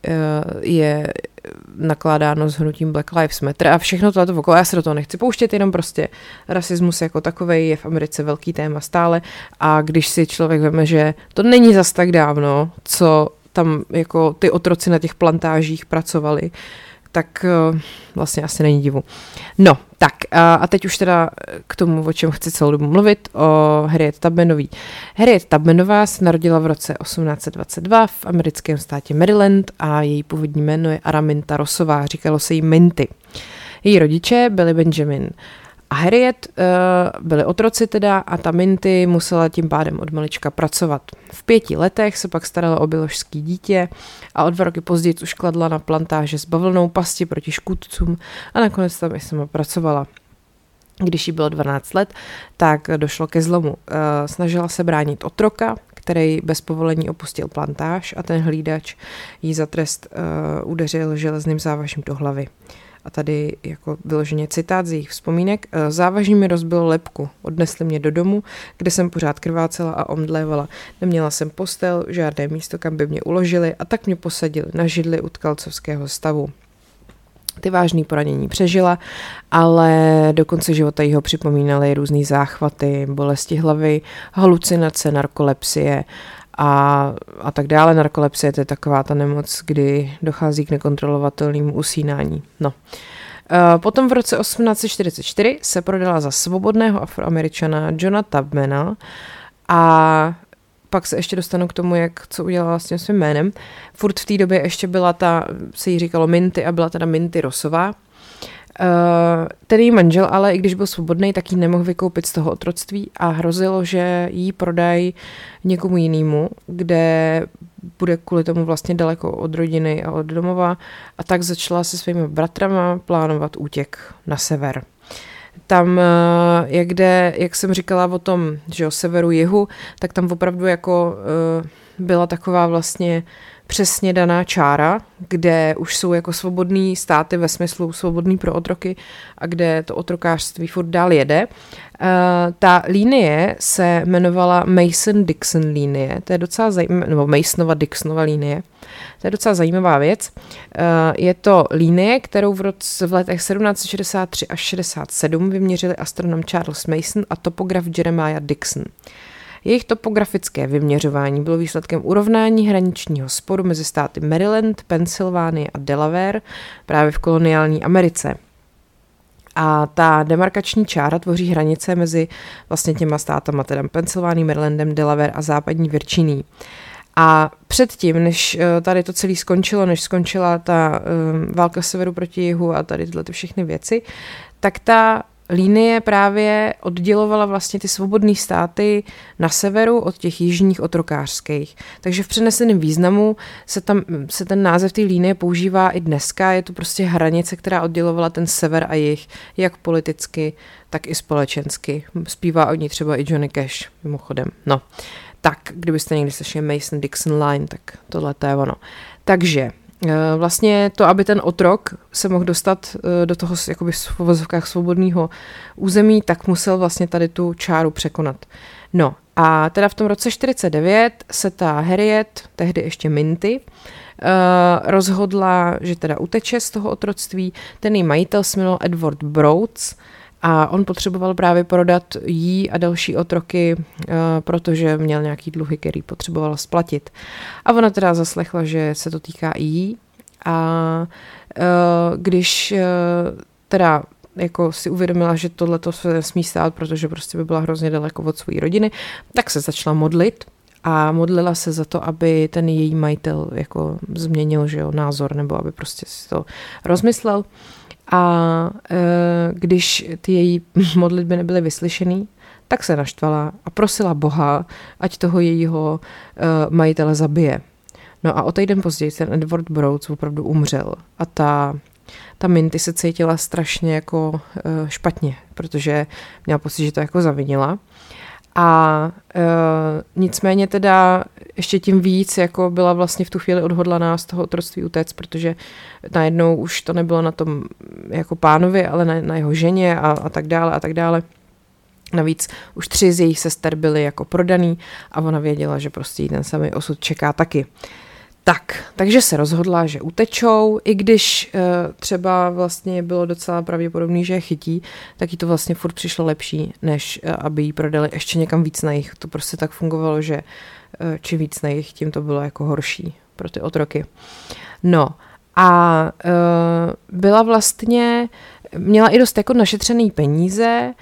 je nakládáno s hnutím Black Lives Matter a všechno tohleto okolo. Já se do toho nechci pouštět, jenom prostě rasismus jako takovej je v Americe velký téma stále a když si člověk veme, že to není zas tak dávno, co tam jako ty otroci na těch plantážích pracovali, tak vlastně asi není divu. No, tak a teď už teda k tomu, o čem chci celou dobu mluvit, o Harriet Tubmanový. Harriet Tubmanová se narodila v roce osmnáct set dvacet dva v americkém státě Maryland a její původní jméno je Araminta Rossová, říkalo se jí Minty. Její rodiče byli Benjamin a Harriet, uh, byli otroci teda a ta Minty musela tím pádem od malička pracovat. V pěti letech se pak starala o biologické dítě a o dva roky později už kladla na plantáže s bavlnou pasti proti škůdcům a nakonec tam i sama pracovala. Když jí bylo dvanáct let, tak došlo ke zlomu. Uh, snažila se bránit otroka, který bez povolení opustil plantáž a ten hlídač jí za trest uh, udeřil železným závažím do hlavy. A tady jako vyloženě citát z jejich vzpomínek. Závažně mi rozbilo lebku. Odnesli mě do domu, kde jsem pořád krvácela a omdlévala. Neměla jsem postel, žádné místo, kam by mě uložili a tak mě posadili na židli u tkalcovského stavu. Ty vážné poranění přežila, ale do konce života jí ho připomínaly různý záchvaty, bolesti hlavy, halucinace, narkolepsie a, a tak dále. Narkolepsie to je taková ta nemoc, kdy dochází k nekontrolovatelnému usínání. No. Potom v roce osmnáct set čtyřicet čtyři se prodala za svobodného Afroameričana Johna Tubmana a pak se ještě dostanu k tomu, jak co udělala s tím svým jménem. Furt v té době ještě byla ta, se jí říkalo Minty a byla teda Minty Rossová. Uh, ten její manžel, ale i když byl svobodný, tak ji nemohl vykoupit z toho otroctví a hrozilo, že jí prodají někomu jinému, kde bude kvůli tomu vlastně daleko od rodiny a od domova a tak začala se svými bratrama plánovat útěk na sever. Tam, jak, jde, jak jsem říkala o tom, že o severu jihu, tak tam opravdu jako uh, byla taková vlastně přesně daná čára, kde už jsou jako svobodný státy ve smyslu svobodný pro otroky a kde to otrokářství furt dál jede. Uh, ta linie se jmenovala Mason-Dixon linie, to je docela zajímavá, nebo Masonova-Dixonova linie, to je docela zajímavá věc. Uh, je to linie, kterou v, roce, v letech sedmnáct set šedesát tři až šedesát sedm vyměřili astronom Charles Mason a topograf Jeremiah Dixon. Jejich topografické vyměřování bylo výsledkem urovnání hraničního sporu mezi státy Maryland, Pensylvánie a Delaware právě v koloniální Americe. A ta demarkační čára tvoří hranice mezi vlastně těma státama, teda Pensylvánií, Marylandem, Delaware a západní Virginií. A předtím, než tady to celé skončilo, než skončila ta um, válka severu proti jihu a tady tyhle ty všechny věci, tak ta linie právě oddělovala vlastně ty svobodné státy na severu od těch jižních otrokářských. Takže v přeneseném významu se, tam, se ten název té linie používá i dneska. Je to prostě hranice, která oddělovala ten sever a jih, jak politicky, tak i společensky. Zpívá o ní třeba i Johnny Cash, mimochodem. No, tak kdybyste někdy slyšeli Mason-Dixon line, tak tohle to je ono. Takže vlastně to, aby ten otrok se mohl dostat do toho jakoby v uvozovkách svobodného území, tak musel vlastně tady tu čáru překonat. No a teda v tom roce čtyřicet devět se ta Harriet, tehdy ještě Minty, rozhodla, že teda uteče z toho otroctví. Ten její majitel se jmenoval Edward Broads a on potřeboval právě prodat jí a další otroky, protože měl nějaký dluhy, který potřeboval splatit. A ona teda zaslechla, že se to týká i jí a když teda jako si uvědomila, že tohleto se nesmí stát, protože prostě by byla hrozně daleko od své rodiny, tak se začala modlit a modlila se za to, aby ten její majitel jako změnil, že jo, názor, nebo aby prostě si to rozmyslel. A e, když ty její modlitby nebyly vyslyšený, tak se naštvala a prosila Boha, ať toho jejího uh, majitele zabije. No a o týden později ten Edward Broads opravdu umřel a ta, ta Minty se cítila strašně jako uh, špatně, protože měla pocit, že to jako zavinila. A e, nicméně teda ještě tím víc jako byla vlastně v tu chvíli odhodlaná z toho otroctví utéct, protože najednou už to nebylo na tom jako pánovi, ale na, na jeho ženě a, a tak dále a tak dále. Navíc už tři z jejich sester byly jako prodaný a ona věděla, že prostě jí ten samý osud čeká taky. Tak, takže se rozhodla, že utečou, i když e, třeba vlastně bylo docela pravděpodobný, že je chytí, tak jí to vlastně furt přišlo lepší, než e, aby jí prodali ještě někam víc na jich. To prostě tak fungovalo, že e, čím víc na jich, tím to bylo jako horší pro ty otroky. No a e, byla vlastně, měla i dost jako našetřený peníze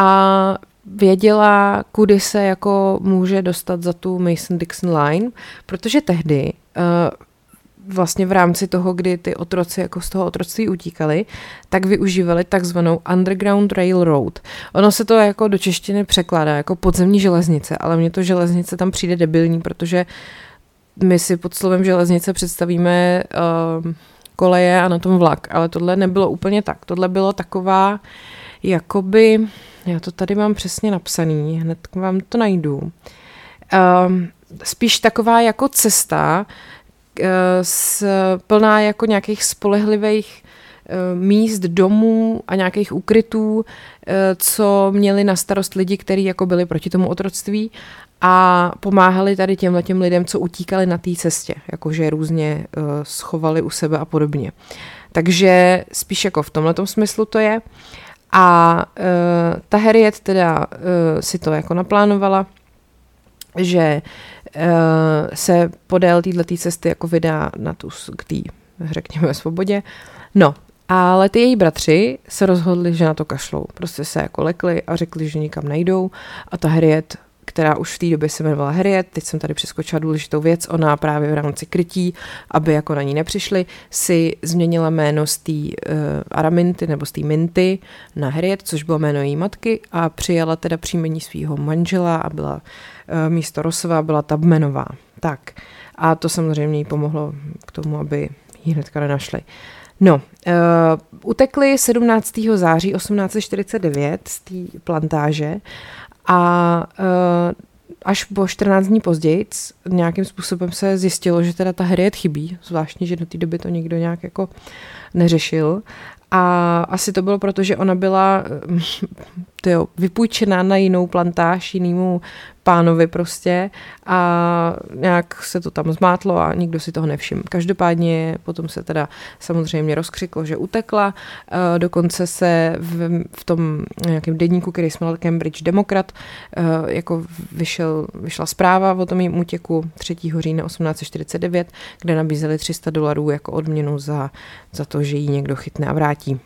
a věděla, kudy se jako může dostat za tu Mason-Dixon line, protože tehdy uh, vlastně v rámci toho, kdy ty otroci jako z toho otroctví utíkali, tak využívali takzvanou Underground Railroad. Ono se to jako do češtiny překládá jako podzemní železnice, ale mně to železnice tam přijde debilní, protože my si pod slovem železnice představíme uh, koleje a na tom vlak, ale tohle nebylo úplně tak. Tohle bylo taková jakoby, já to tady mám přesně napsaný, hned vám to najdu, um, spíš taková jako cesta uh, s, plná jako nějakých spolehlivých uh, míst, domů a nějakých ukrytů, uh, co měli na starost lidi, kteří jako byli proti tomu otroctví a pomáhali tady těmhletěm lidem, co utíkali na té cestě, jakože různě uh, schovali u sebe a podobně. Takže spíš jako v tomhletom smyslu to je. A uh, ta Harriet teda uh, si to jako naplánovala, že uh, se podél této cesty jako vydá na tu, k té, řekněme, svobodě. No, ale ty její bratři se rozhodli, že na to kašlou. Prostě se jako lekli a řekli, že nikam nejdou. A ta Harriet, která už v té době se jmenovala Harriet, teď jsem tady přeskočila důležitou věc, ona právě v rámci krytí, aby jako na ní nepřišli, si změnila jméno z té uh, Araminty nebo z té Minty na Harriet, což bylo jméno její matky a přijala teda příjmení svého manžela a byla uh, místo Rossova, byla Tubmanová. Tak a to samozřejmě jí pomohlo k tomu, aby ji hnedka nenašli. No, uh, utekli sedmnáctého září osmnáct set čtyřicet devět z té plantáže a uh, až po čtrnáct dní později nějakým způsobem se zjistilo, že teda ta Harriet chybí, zvláštně, že do té doby to nikdo nějak jako neřešil. A asi to bylo proto, že ona byla tyjo, vypůjčená na jinou plantáž, jinému pánovi prostě a nějak se to tam zmátlo a nikdo si toho nevšiml. Každopádně potom se teda samozřejmě rozkřiklo, že utekla, dokonce se v, v tom nějakém deníku, který jsme měl Cambridge Democrat, jako vyšel, vyšla zpráva o tom jejím útěku třetího října osmnáct set čtyřicet devět, kde nabízeli tři sta dolarů jako odměnu za, za to, že ji někdo chytne a vrátí.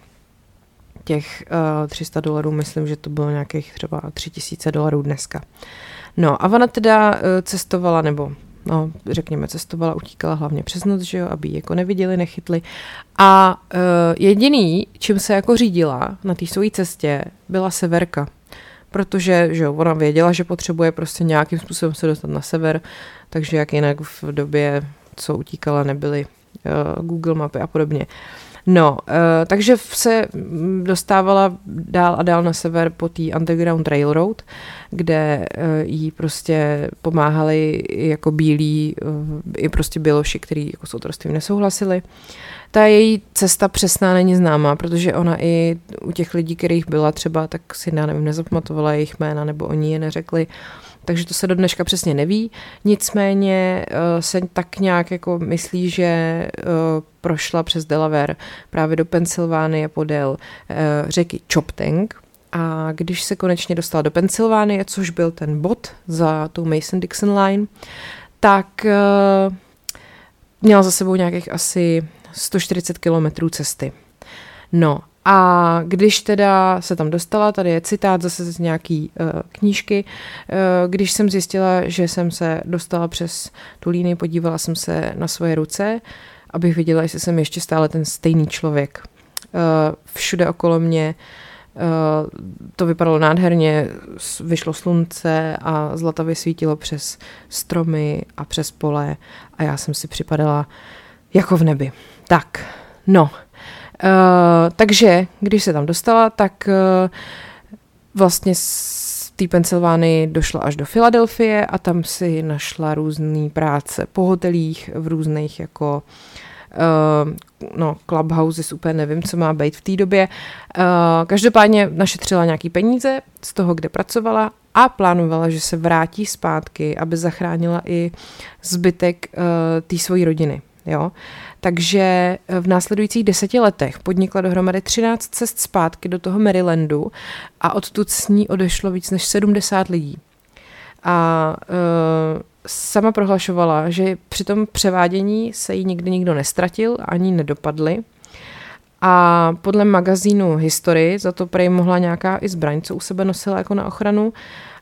Těch uh, tři sta dolarů, myslím, že to bylo nějakých třeba tři tisíce dolarů dneska. No a ona teda uh, cestovala, nebo no, řekněme cestovala, utíkala hlavně přes noc, že jo, aby ji jako neviděli, nechytli. A uh, jediný, čím se jako řídila na té své cestě, byla severka. Protože, že jo, ona věděla, že potřebuje prostě nějakým způsobem se dostat na sever, takže jak jinak v době, co utíkala, nebyly uh, Google mapy a podobně. No, uh, takže se dostávala dál a dál na sever po té Underground Railroad, kde uh, jí prostě pomáhali jako bílí, uh, i prostě běloši, kteří jako s otroctvím nesouhlasili. Ta její cesta přesná není známá, protože ona i u těch lidí, kterých byla třeba, tak si, já nevím, nezapamatovala jejich jména, nebo oni je neřekli. Takže to se do dneška přesně neví. Nicméně uh, se tak nějak jako myslí, že uh, prošla přes Delaware právě do Pensylvánie podél uh, řeky Choptank. A když se konečně dostala do Pensylvánie, což byl ten bod za tou Mason-Dixon line, tak uh, měla za sebou nějakých asi sto čtyřicet kilometrů cesty. No a když teda se tam dostala, tady je citát zase z nějaký uh, knížky, uh, když jsem zjistila, že jsem se dostala přes tu línii, podívala jsem se na svoje ruce, abych viděla, jestli jsem ještě stále ten stejný člověk. Uh, všude okolo mě to vypadalo nádherně, vyšlo slunce a zlatavě svítilo přes stromy a přes pole a já jsem si připadala jako v nebi. Tak, no. Uh, takže, když se tam dostala, tak uh, vlastně z té Pensylvánii došla až do Filadelfie a tam si našla různé práce po hotelích, v různých jako uh, no, clubhouses, úplně nevím, co má být v té době. Uh, každopádně našetřila nějaký peníze z toho, kde pracovala a plánovala, že se vrátí zpátky, aby zachránila i zbytek uh, té svojí rodiny. Jo? Takže v následujících deseti letech podnikla dohromady třináct cest zpátky do toho Marylandu a odtud s ní odešlo víc než sedmdesát lidí. A uh, sama prohlašovala, že při tom převádění se jí nikdy nikdo nestratil, ani nedopadli. A podle magazínu History za to prej mohla nějaká i zbraň, co u sebe nosila jako na ochranu.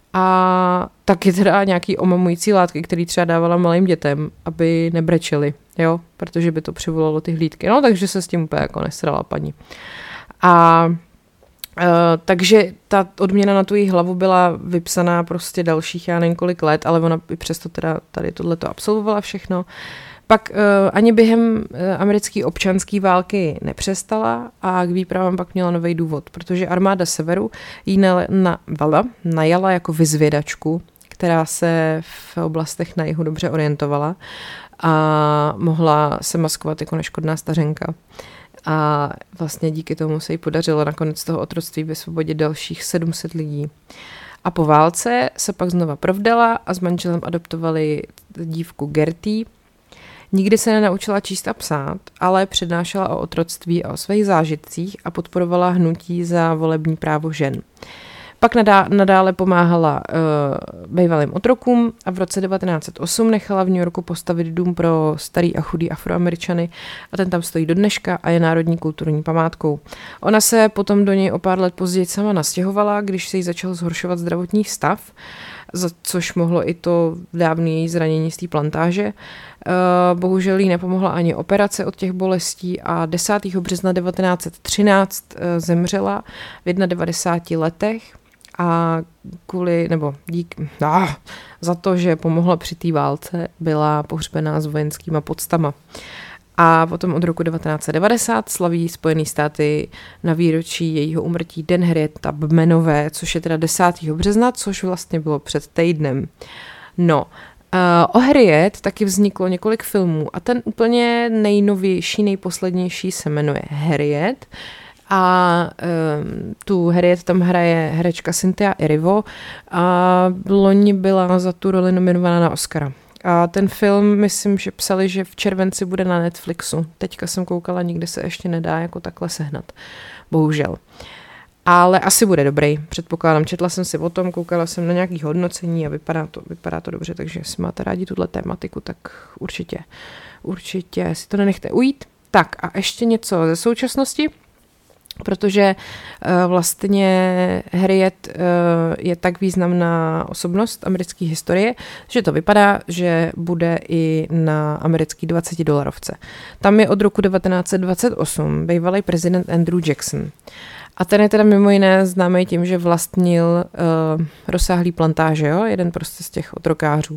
A taky teda nějaký omamující látky, který třeba dávala malým dětem, aby nebrečeli, jo, protože by to přivolalo ty hlídky. No, takže se s tím úplně jako nesrala paní. A uh, takže ta odměna na tu její hlavu byla vypsaná prostě dalších, já nevím kolik let, ale ona i přesto teda tady tohleto absolvovala všechno. Pak uh, ani během uh, americké občanské války nepřestala a k výpravám pak měla nový důvod, protože armáda Severu jí na, na, vala, najala jako vyzvědačku, která se v oblastech na jihu dobře orientovala a mohla se maskovat jako neškodná stařenka. A vlastně díky tomu se jí podařilo nakonec toho otroctví vysvobodit dalších sedm set lidí. A po válce se pak znova provdala a s manželem adoptovali dívku Gertie. Nikdy se nenaučila číst a psát, ale přednášela o otroctví a o svých zážitcích a podporovala hnutí za volební právo žen. Pak nadá, nadále pomáhala uh, bývalým otrokům a v roce devatenáct set osm nechala v New Yorku postavit dům pro starý a chudý Afroameričany a ten tam stojí do dneška a je národní kulturní památkou. Ona se potom do něj o pár let později sama nastěhovala, když se jí začal zhoršovat zdravotní stav, za což mohlo i to dávné její zranění z té plantáže. Uh, bohužel jí nepomohla ani operace od těch bolestí a desátého března devatenáct set třináct uh, zemřela v devadesát jedna letech a kvůli, nebo dík, ah, za to, že pomohla při té válce, byla pohřbená s vojenskýma poctama. A potom od roku devatenáct set devadesát slaví Spojené státy na výročí jejího úmrtí Den Harriet Tubmanové, což je teda desátého března, což vlastně bylo před týdnem. No, uh, o Harriet taky vzniklo několik filmů a ten úplně nejnovější, nejposlednější se jmenuje Harriet. A um, tu Harriet tam hraje herečka Cynthia Erivo a loni byla za tu roli nominovaná na Oscara. A ten film, myslím, že psali, že v červenci bude na Netflixu. Teďka jsem koukala, nikde se ještě nedá jako takhle sehnat. Bohužel. Ale asi bude dobrý, předpokládám. Četla jsem si o tom, koukala jsem na nějaký hodnocení a vypadá to, vypadá to dobře, takže jestli máte rádi tuhle tématiku, tak určitě, určitě si to nenechte ujít. Tak a ještě něco ze současnosti. Protože uh, vlastně Harriet uh, je tak významná osobnost americké historie, že to vypadá, že bude i na americký dvacetidolarovce. Tam je od roku devatenáct set dvacet osm bývalý prezident Andrew Jackson. A ten je teda mimo jiné známý tím, že vlastnil uh, rozsáhlý plantáže, jo? Jeden prostě z těch otrokářů.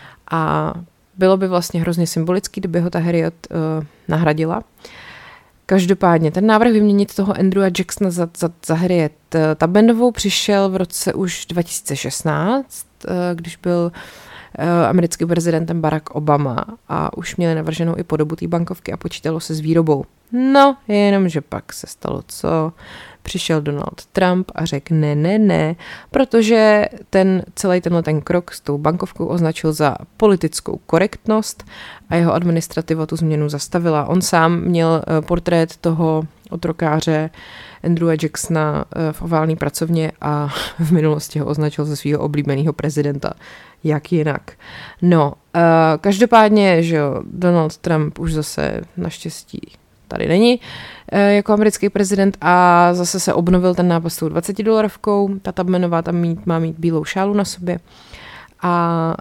A bylo by vlastně hrozně symbolický, kdyby ho ta Harriet uh, nahradila. Každopádně ten návrh vyměnit toho Andrewa Jacksona za, za, za Harriet Tubmanovou přišel v roce už dva tisíce šestnáct, když byl americkým prezidentem Barack Obama a už měli navrženou i podobu té bankovky a počítalo se s výrobou. No, jenomže pak se stalo co? Přišel Donald Trump a řekl ne, ne, ne, protože ten celý tenhle ten krok s tou bankovkou označil za politickou korektnost a jeho administrativa tu změnu zastavila. On sám měl portrét toho otrokáře Andrewa Jacksona v oválné pracovně a v minulosti ho označil za svého oblíbeného prezidenta. Jak jinak. No, každopádně, že jo, Donald Trump už zase naštěstí tady není jako americký prezident a zase se obnovil ten nápad s tou dvacetidolarovkou. Ta Tubmanová tam mít, má mít bílou šálu na sobě. a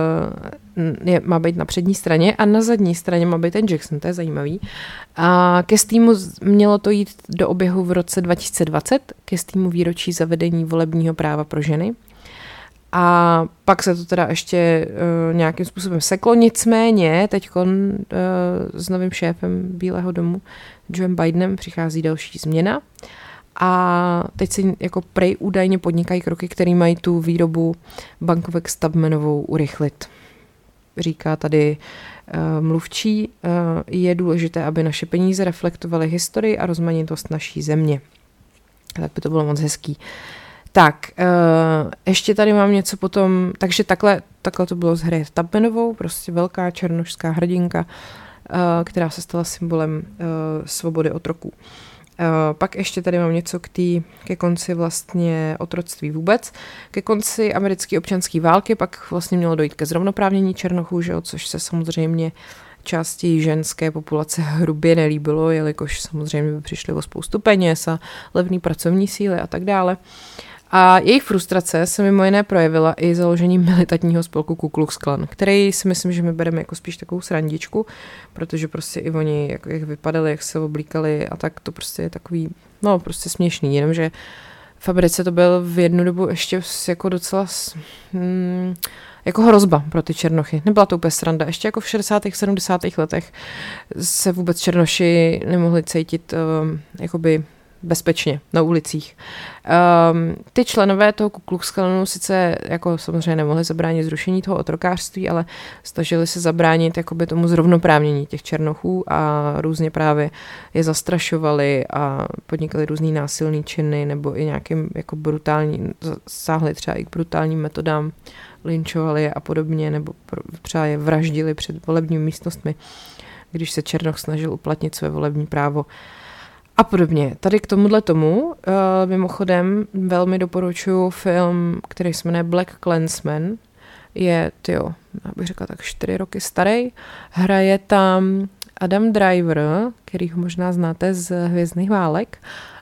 uh, je, má být na přední straně a na zadní straně má být ten Jackson, to je zajímavý. A ke Steamu mělo to jít do oběhu v roce dva tisíce dvacet, ke Steamu výročí zavedení volebního práva pro ženy. A pak se to teda ještě uh, nějakým způsobem seklo, nicméně teď uh, s novým šéfem Bílého domu Joem Bidenem přichází další změna a teď si jako prej údajně podnikají kroky, které mají tu výrobu bankovek s Tubmanovou urychlit. Říká tady uh, mluvčí, uh, je důležité, aby naše peníze reflektovaly historii a rozmanitost naší země. Tak by to bylo moc hezký. Tak, uh, ještě tady mám něco potom, takže takhle, takhle to bylo s Harriet Tubmanovou, prostě velká černošská hrdinka, uh, která se stala symbolem uh, svobody otroků. Uh, pak ještě tady mám něco k tý, ke konci vlastně otroctví vůbec. Ke konci americké občanské války pak vlastně mělo dojít ke zrovnoprávnění černochů, že jo, což se samozřejmě části ženské populace hrubě nelíbilo, jelikož samozřejmě by přišli o spoustu peněz a levný pracovní síly a tak dále. A jejich frustrace se mimo jiné projevila i založením militantního spolku Ku Klux Klan, který si myslím, že my bereme jako spíš takovou srandičku, protože prostě i oni, jak, jak vypadali, jak se oblíkali a tak, to prostě je takový, no prostě směšný, jenomže v Americe to byl v jednu dobu ještě jako docela hmm, jako hrozba pro ty černochy. Nebyla to úplně sranda. Ještě jako v šedesátých sedmdesátých letech se vůbec černoši nemohli cítit uh, jakoby bezpečně na ulicích. Um, ty členové toho Ku Klux Klanu sice jako samozřejmě nemohli zabránit zrušení toho otrokářství, ale snažili se zabránit jakoby tomu zrovnoprávnění těch černochů a různě právě je zastrašovali a podnikali různý násilný činy nebo i nějakým jako brutální, sáhli třeba i k brutálním metodám, lynčovali je a podobně, nebo třeba je vraždili před volebními místnostmi, když se černoch snažil uplatnit své volební právo. A podobně. Tady k tomuhle tomu uh, mimochodem velmi doporučuji film, který se jmenuje Black Klansman. Je, tyjo, já bych řekla tak čtyři roky starý. Hraje tam Adam Driver, který ho možná znáte z Hvězdných válek.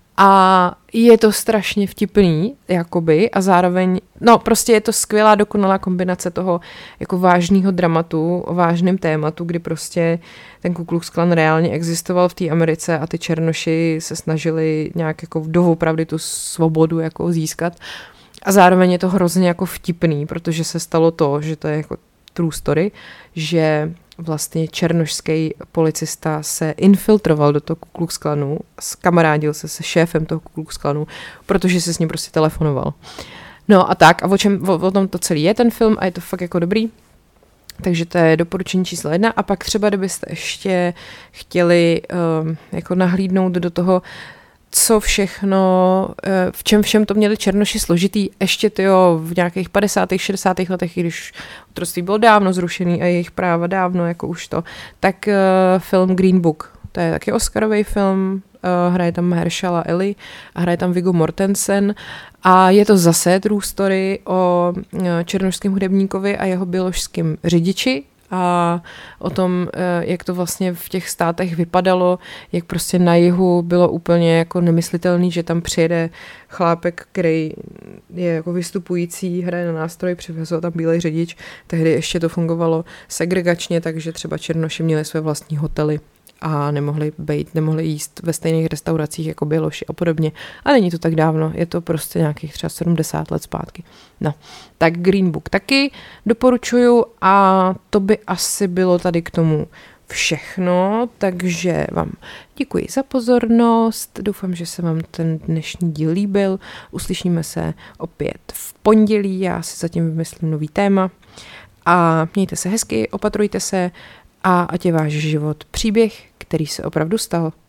A je to strašně vtipný, jakoby, a zároveň, no prostě je to skvělá dokonalá kombinace toho jako vážného dramatu, o vážném tématu, kdy prostě ten Ku Klux Klan reálně existoval v té Americe a ty černoši se snažili nějak jako doopravdy tu svobodu jako získat. A zároveň je to hrozně jako vtipný, protože se stalo to, že to je jako true story, že vlastně černošský policista se infiltroval do toho Ku Klux Klanu, skamarádil se se šéfem toho Ku Klux Klanu, protože se s ním prostě telefonoval. No a tak, a o, čem, o, o tom to celý je ten film a je to fakt jako dobrý. Takže to je doporučení číslo jedna. A pak třeba, kdybyste ještě chtěli um, jako nahlídnout do toho, co všechno, v čem všem to měli černoši složitý, ještě tyjo, v nějakých padesátých, šedesátých letech, když otroctví bylo dávno zrušený a jejich práva dávno, jako už to, tak uh, film Green Book, to je taky Oscarový film, uh, hraje tam Mahershala Ali a hraje tam Viggo Mortensen a je to zase true story o uh, černošském hudebníkovi a jeho běložském řidiči, a o tom, jak to vlastně v těch státech vypadalo, jak prostě na jihu bylo úplně jako nemyslitelný, že tam přijede chlápek, který je jako vystupující, hraje na nástroj, přivezl tam bílej řidič, tehdy ještě to fungovalo segregačně, takže třeba černoši měli své vlastní hotely a nemohli být, nemohli jíst ve stejných restauracích jako běloši a podobně. A není to tak dávno, je to prostě nějakých třeba sedmdesát let zpátky. No, tak Green Book taky doporučuju a to by asi bylo tady k tomu všechno, takže vám děkuji za pozornost, doufám, že se vám ten dnešní díl líbil, uslyšíme se opět v pondělí, já si zatím vymyslím nový téma a mějte se hezky, opatrujte se a ať je váš život příběh, který se opravdu stal.